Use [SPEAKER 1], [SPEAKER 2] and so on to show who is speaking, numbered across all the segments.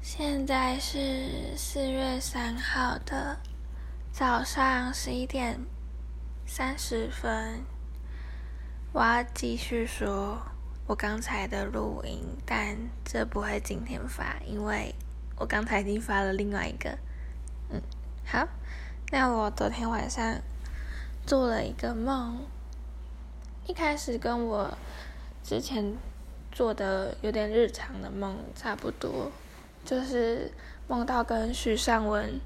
[SPEAKER 1] 现在是4月3号的早上11:30，我要继续说我刚才的录音，但这不会今天发，因为我刚才已经发了另外一个。好，那我昨天晚上做了一个梦，一开始跟我之前做的有点日常的梦差不多，就是梦到跟徐尚文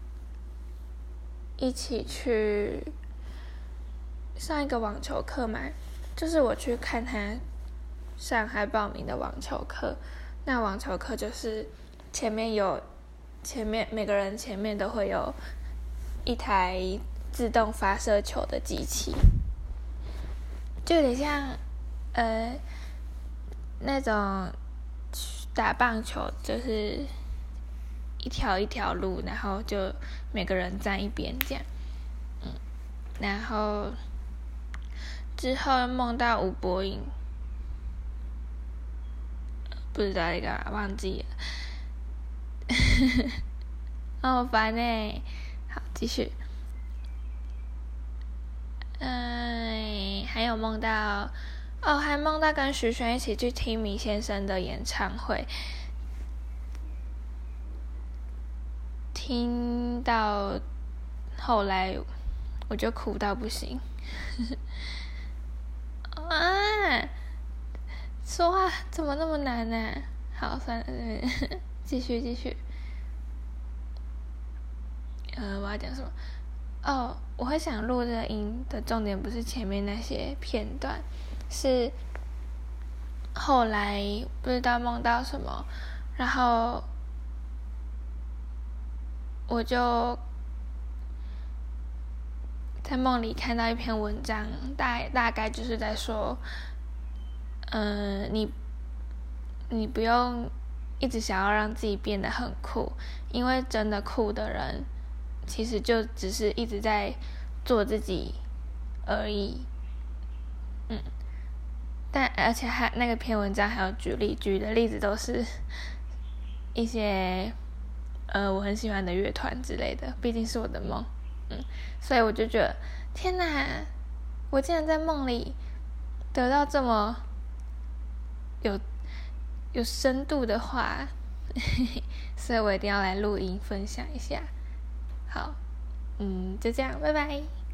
[SPEAKER 1] 一起去上一个网球课嘛，就是我去看他上海报名的网球课。那网球课就是前面每个人前面都会有一台自动发射球的机器，就有点像那种打棒球，就是一条一条路，然后就每个人站一边这样。然后之后梦到吴柏颖，不知道一个忘记了好烦欸。好，继续。还有梦到还梦到跟徐轩一起去听米先生的演唱会，听到后来我就哭到不行说话怎么那么难呢？好，算了，继续。我要讲什么？我会想录这个音的重点不是前面那些片段，是后来不知道梦到什么，然后我就在梦里看到一篇文章，大概就是在说，你不用一直想要让自己变得很酷，因为真的酷的人其实就只是一直在做自己而已。但而且还那个篇文章还有举的例子都是一些我很喜欢的乐团之类的，毕竟是我的梦。所以我就觉得天哪，我竟然在梦里得到这么有深度的话所以我一定要来录音分享一下。好，就这样，拜拜。